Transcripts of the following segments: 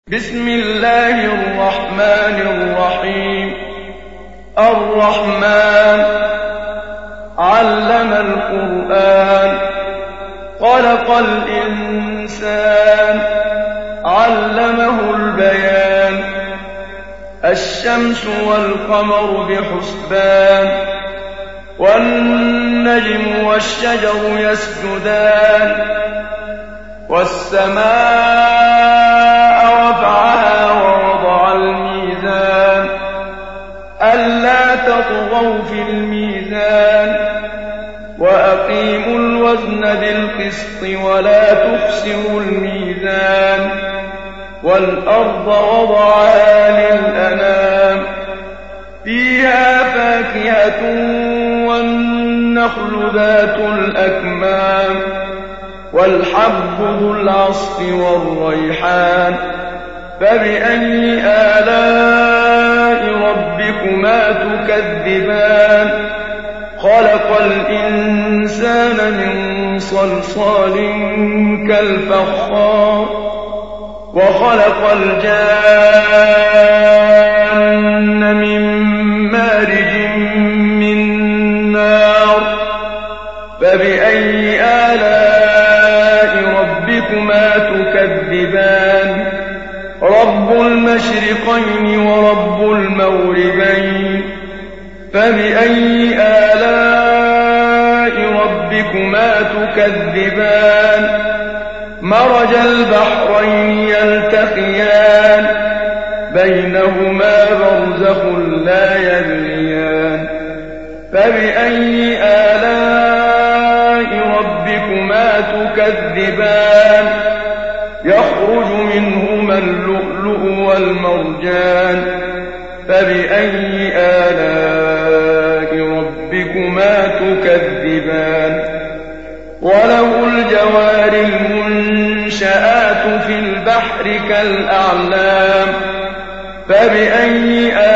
بسم الله الرحمن الرحيم. الرحمن علم القرآن، خلق الإنسان، علمه البيان. الشمس والقمر بحسبان، والنجم والشجر يسجدان. والسماء رفعها ووضع الميزان، ألا تطغوا في الميزان، وأقيموا الوزن بالقسط ولا تخسروا الميزان. والأرض وضعها للأنام، فيها فاكهة والنخل ذات الأكمام، والحب ذو العصف والريحان. فبأي آلاء ربكما تكذبان؟ خلق الإنسان من صلصال كالفخار، وخلق الجان من مارج من نار. فبأي آلاء ربكما تكذبان؟ رب المشرقين ورب المغربين. فبأي آلاء ربكما تكذبان؟ مرج البحرين يلتقيان، بينهما برزخ لا يبغيان. فبأي آلاء ربكما تكذبان؟ يخرج منهما اللؤلؤ والمرجان. فبأي آلاء ربكما تكذبان؟ وله الجوار المنشآت في البحر كالأعلام. فبأي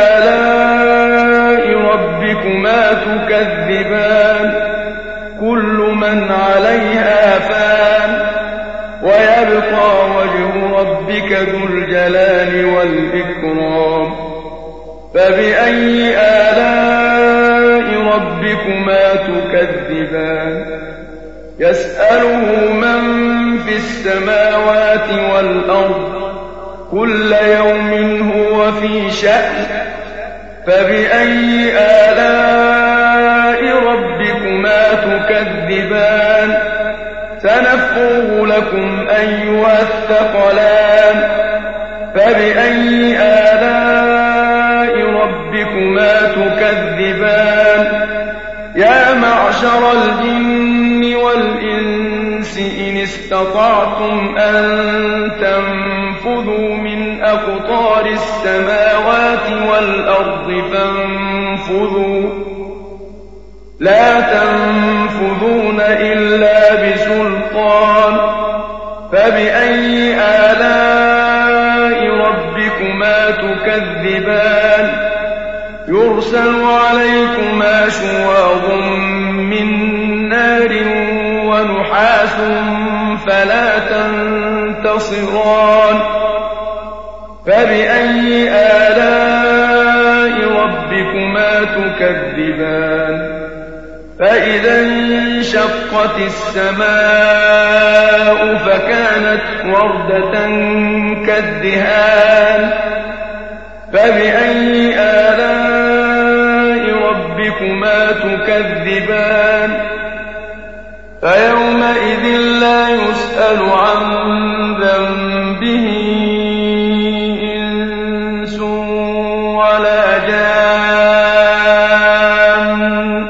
آلاء ربكما تكذبان؟ كل من عليها فان، ويبقى وجه ربك ذو الجلال والإكرام. فبأي آلاء ربكما تكذبان؟ يسأله من في السماوات والأرض، كل يوم هو في شأن. فبأي آلاء ربكما تكذبان؟ سنفرغ لكم أيها الثقلان. فبأي آلاء ربكما تكذبان؟ يا معشر الجن والإنس إن استطعتم أن تنفذوا من أقطار السماوات والأرض فانفذوا، لا تنفذون إلا بسلطان. فبأي آلاء ربكما تكذبان؟ يرسل عليكما شواظ من نار ونحاس فلا تنتصران. فبأي آلاء ربكما تكذبان؟ فإذا انشقت السماء فكانت وردة كالدهان. فبأي آلاء ربكما تكذبان؟ فيومئذ لا يسأل عن ذنبه إنس ولا جان.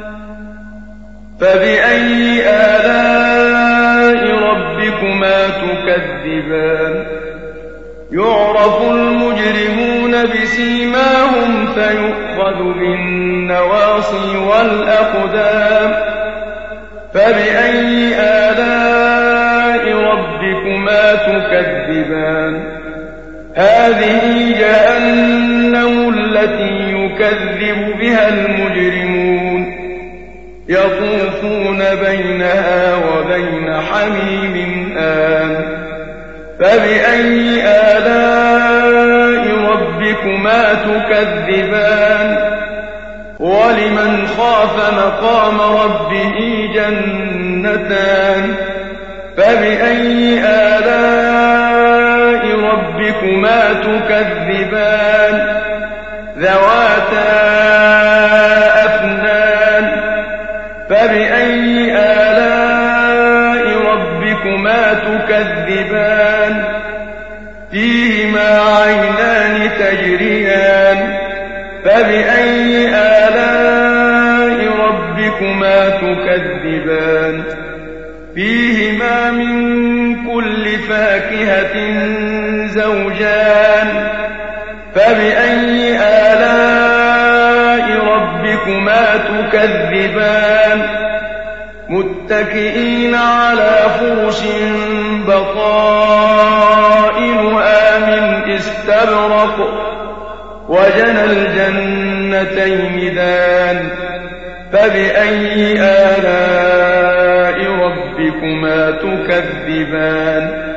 فبأي آلاء ربكما تكذبان؟ يعرف المجرمون بسيماهم فيؤخذ بالنواصي والأقدام. فبأي آلاء ربكما تكذبان؟ هذه جهنم التي يكذب بها المجرمون، يطوفون بينها وبين حميم آن. فبأي آلاء تكذبان ولمن خاف مقام ربه جنتان فبأي آلاء ربكما تكذبان ذواتا أفنان فبأي آلاء ربكما تكذبان فيهما عينان تجريان فبأي آلاء ربكما تكذبان فيهما من كل فاكهة زوجان فبأي آلاء ربكما تكذبان متكئين على فرش بطائنها من استبرق وجنى الجنتين دان فبأي آلاء ربكما تكذبان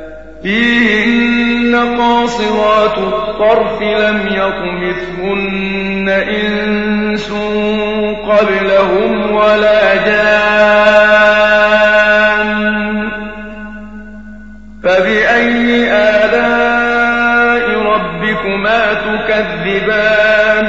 فيهن قاصرات الطرف لم يطمثهن إنس قبلهم ولا جان فبأي آلاء ربكما تكذبان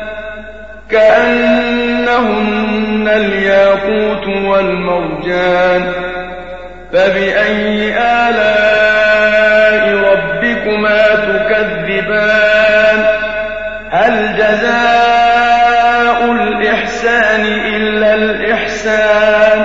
كأنهن الياقوت والمرجان فبأي آلاء ربكما تكذبان هل جزاء الإحسان إلا الإحسان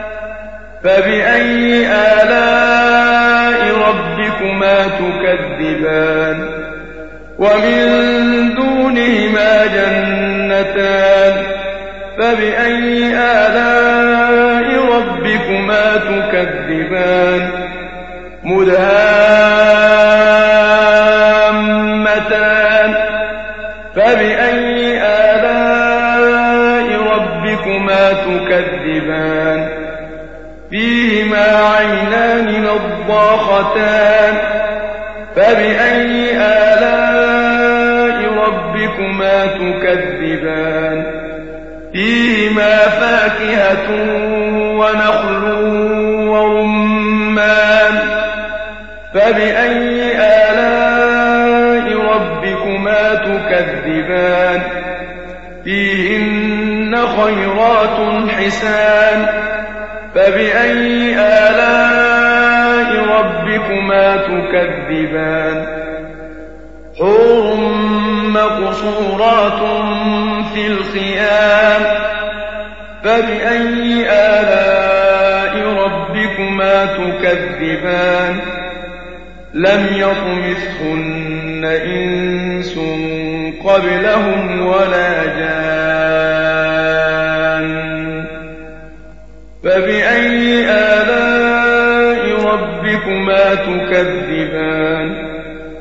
فبأي آلاء ربكما تكذبان ومن دونهما جنتان فبأي آلاء ربكما تكذبان مدهامتان فبأي آلاء ربكما تكذبان فيهما عينان نضاختان فبأي آلاء ربكما تكذبان فيهما فاكهة ونخل ورمان فبأي آلاء ربكما تكذبان فيهن خيرات حسان فبأي آلاء ربكما تكذبان حور مقصورات في الخيام فبأي آلاء ربكما تكذبان لم يطمثهن إنس قبلهم ولا جان فبأي آلاء ربكما تكذبان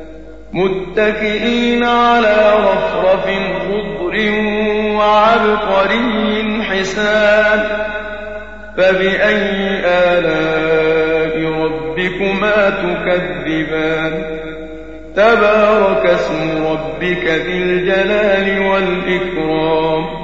متكئين على رفرف خضر وعبقري حسان فبأي آلاء ربكما تكذبان تبارك اسم ربك ذي الجلال والإكرام